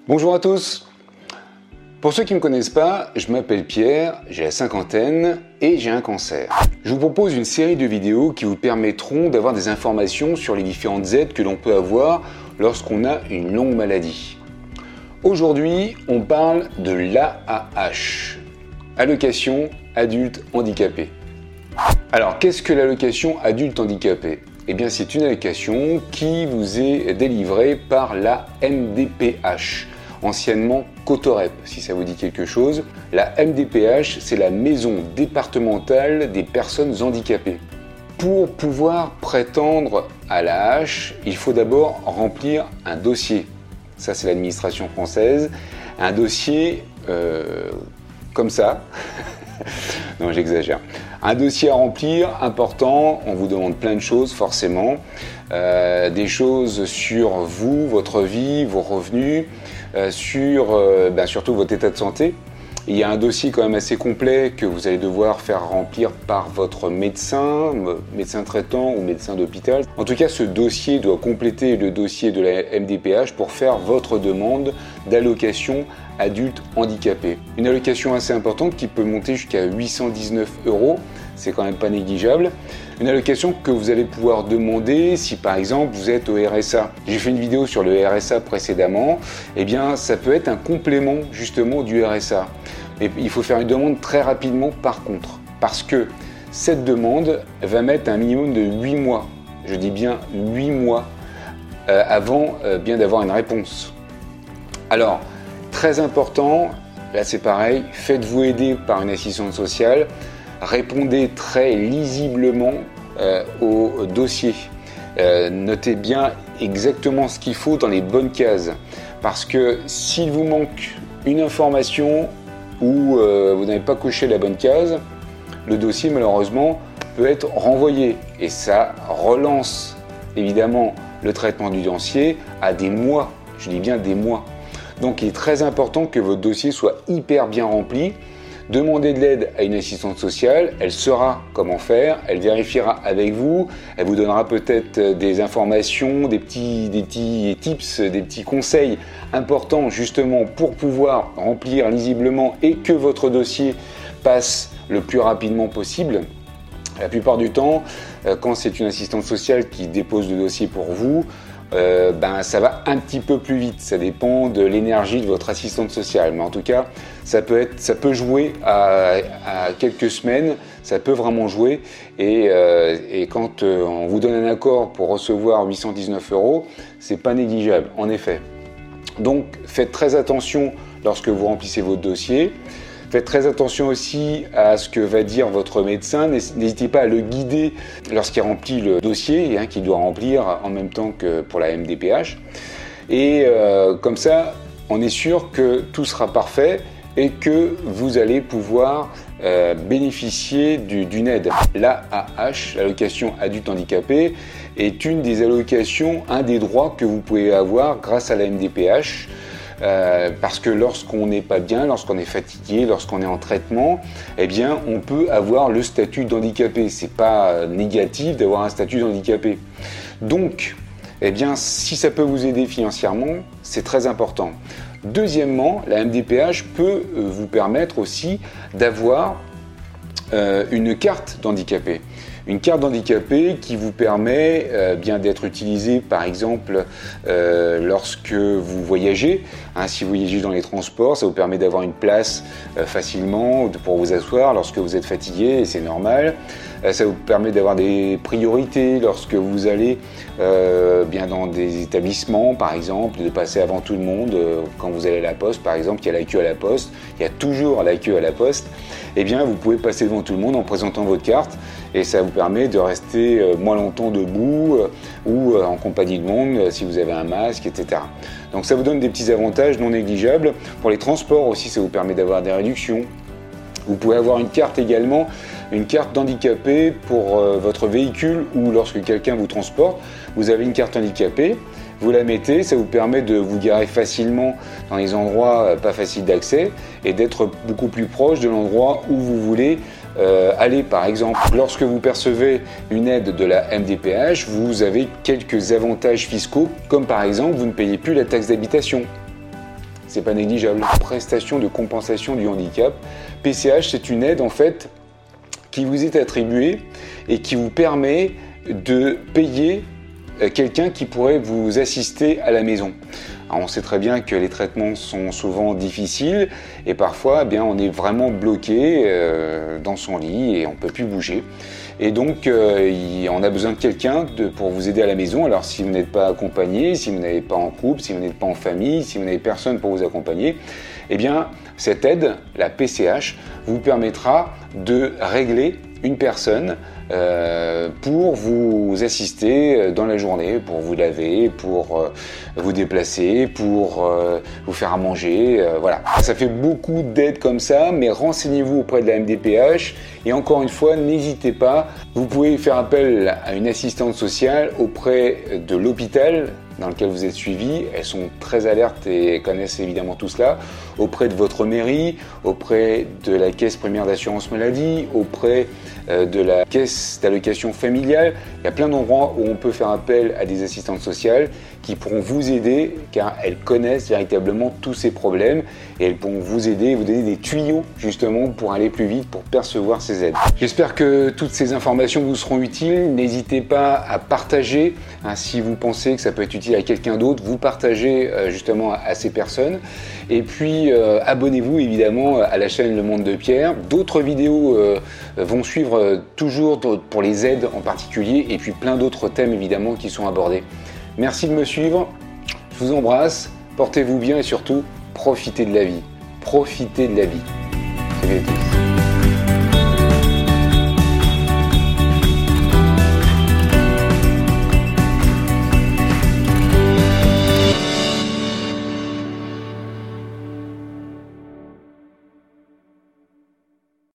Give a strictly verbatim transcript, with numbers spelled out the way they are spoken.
Bonjour à tous. Pour ceux qui ne me connaissent pas, je m'appelle Pierre, j'ai la cinquantaine et j'ai un cancer. Je vous propose une série de vidéos qui vous permettront d'avoir des informations sur les différentes aides que l'on peut avoir lorsqu'on a une longue maladie. Aujourd'hui, on parle de l'A A H, allocation adulte handicapé. Alors, qu'est-ce que l'allocation adulte handicapé ? Eh bien, c'est une allocation qui vous est délivrée par la M D P H, anciennement Cotorep, si ça vous dit quelque chose. La M D P H, c'est la Maison départementale des personnes handicapées. Pour pouvoir prétendre à l'A A H, il faut d'abord remplir un dossier. Ça, c'est l'administration française. Un dossier euh, comme ça. Non, j'exagère. Un dossier à remplir, important, on vous demande plein de choses forcément. Euh, des choses sur vous, votre vie, vos revenus, euh, sur euh, ben, surtout votre état de santé. Il y a un dossier quand même assez complet que vous allez devoir faire remplir par votre médecin, médecin traitant ou médecin d'hôpital. En tout cas, ce dossier doit compléter le dossier de la M D P H pour faire votre demande d'allocation adulte handicapé. Une allocation assez importante qui peut monter jusqu'à huit cent dix-neuf euros, c'est quand même pas négligeable. Une allocation que vous allez pouvoir demander si par exemple vous êtes au R S A. J'ai fait une vidéo sur le R S A précédemment, eh bien ça peut être un complément justement du R S A. Et il faut faire une demande très rapidement par contre, parce que cette demande va mettre un minimum de huit mois, je dis bien huit mois, euh, avant euh, bien d'avoir une réponse. Alors, très important, là c'est pareil, faites-vous aider par une assistante sociale, répondez très lisiblement euh, au dossier. Euh, notez bien exactement ce qu'il faut dans les bonnes cases, parce que s'il vous manque une information ou euh, vous n'avez pas coché la bonne case, le dossier malheureusement peut être renvoyé et ça relance évidemment le traitement du dossier à des mois, je dis bien des mois. Donc il est très important que votre dossier soit hyper bien rempli. Demandez de l'aide à une assistante sociale, elle saura comment faire, elle vérifiera avec vous, elle vous donnera peut-être des informations, des petits, des petits tips, des petits conseils importants justement pour pouvoir remplir lisiblement et que votre dossier passe le plus rapidement possible. La plupart du temps, quand c'est une assistante sociale qui dépose le dossier pour vous, Euh, ben, ça va un petit peu plus vite, ça dépend de l'énergie de votre assistante sociale, mais en tout cas ça peut, être, ça peut jouer à, à quelques semaines, ça peut vraiment jouer et, euh, et quand euh, on vous donne un accord pour recevoir huit cent dix-neuf euros, c'est pas négligeable en effet. Donc faites très attention lorsque vous remplissez votre dossier. Faites très attention aussi à ce que va dire votre médecin. N'hésitez pas à le guider lorsqu'il remplit le dossier, hein, qu'il doit remplir en même temps que pour la M D P H. Et euh, comme ça, on est sûr que tout sera parfait et que vous allez pouvoir euh, bénéficier du, d'une aide. L'A A H, l'allocation adulte handicapé, est une des allocations, un des droits que vous pouvez avoir grâce à la M D P H. Euh, parce que lorsqu'on n'est pas bien, lorsqu'on est fatigué, lorsqu'on est en traitement, eh bien, on peut avoir le statut d'handicapé. C'est pas négatif d'avoir un statut d'handicapé. Donc, eh bien, si ça peut vous aider financièrement, c'est très important. Deuxièmement, la M D P H peut vous permettre aussi d'avoir euh, une carte d'handicapé. Une carte d'handicapé qui vous permet euh, bien d'être utilisée par exemple euh, lorsque vous voyagez. Hein, si vous voyagez dans les transports, ça vous permet d'avoir une place euh, facilement pour vous asseoir lorsque vous êtes fatigué et c'est normal. Euh, ça vous permet d'avoir des priorités lorsque vous allez euh, bien dans des établissements par exemple, de passer avant tout le monde. Euh, quand vous allez à la poste par exemple, il y a la queue à la poste, il y a toujours la queue à la poste. Eh bien vous pouvez passer devant tout le monde en présentant votre carte et ça vous permet de rester euh, moins longtemps debout euh, ou euh, en compagnie de monde euh, si vous avez un masque, et cetera. Donc ça vous donne des petits avantages non négligeables. Pour les transports aussi, ça vous permet d'avoir des réductions. Vous pouvez avoir une carte également, une carte d'handicapé pour euh, votre véhicule ou lorsque quelqu'un vous transporte, vous avez une carte handicapée. Vous la mettez, ça vous permet de vous garer facilement dans les endroits pas faciles d'accès et d'être beaucoup plus proche de l'endroit où vous voulez euh, aller. Par exemple, lorsque vous percevez une aide de la M D P H, vous avez quelques avantages fiscaux, comme par exemple, vous ne payez plus la taxe d'habitation. c'est pas négligeable. Prestation de compensation du handicap. P C H, c'est une aide en fait qui vous est attribuée et qui vous permet de payer quelqu'un qui pourrait vous assister à la maison. Alors on sait très bien que les traitements sont souvent difficiles et parfois eh bien, on est vraiment bloqué euh, dans son lit et on ne peut plus bouger. Et donc euh, il, on a besoin de quelqu'un de, pour vous aider à la maison. Alors si vous n'êtes pas accompagné, si vous n'êtes pas en couple, si vous n'êtes pas en famille, si vous n'avez personne pour vous accompagner, eh bien cette aide, la P C H, vous permettra de régler une personne euh, pour vous assister dans la journée, pour vous laver, pour euh, vous déplacer, pour euh, vous faire à manger, euh, voilà. Ça fait beaucoup d'aides comme ça, mais renseignez-vous auprès de la M D P H et encore une fois, n'hésitez pas, vous pouvez faire appel à une assistante sociale auprès de l'hôpital dans lequel vous êtes suivi. Elles sont très alertes et connaissent évidemment tout cela, auprès de votre mairie, auprès de la caisse primaire d'assurance maladie, auprès euh, de la caisse d'allocation familiale. Il y a plein d'endroits où on peut faire appel à des assistantes sociales qui pourront vous aider car elles connaissent véritablement tous ces problèmes et elles pourront vous aider, vous donner des tuyaux justement pour aller plus vite, pour percevoir ces aides. J'espère que toutes ces informations vous seront utiles. N'hésitez pas à partager hein, si vous pensez que ça peut être utile à quelqu'un d'autre, vous partagez euh, justement à, à ces personnes. Et puis euh, abonnez-vous évidemment à la chaîne Le Monde de Pierre. D'autres vidéos euh, vont suivre euh, toujours pour les aides en particulier et puis plein d'autres thèmes évidemment qui sont abordés. Merci de me suivre, je vous embrasse, portez-vous bien et surtout profitez de la vie. Profitez de la vie. Salut à tous.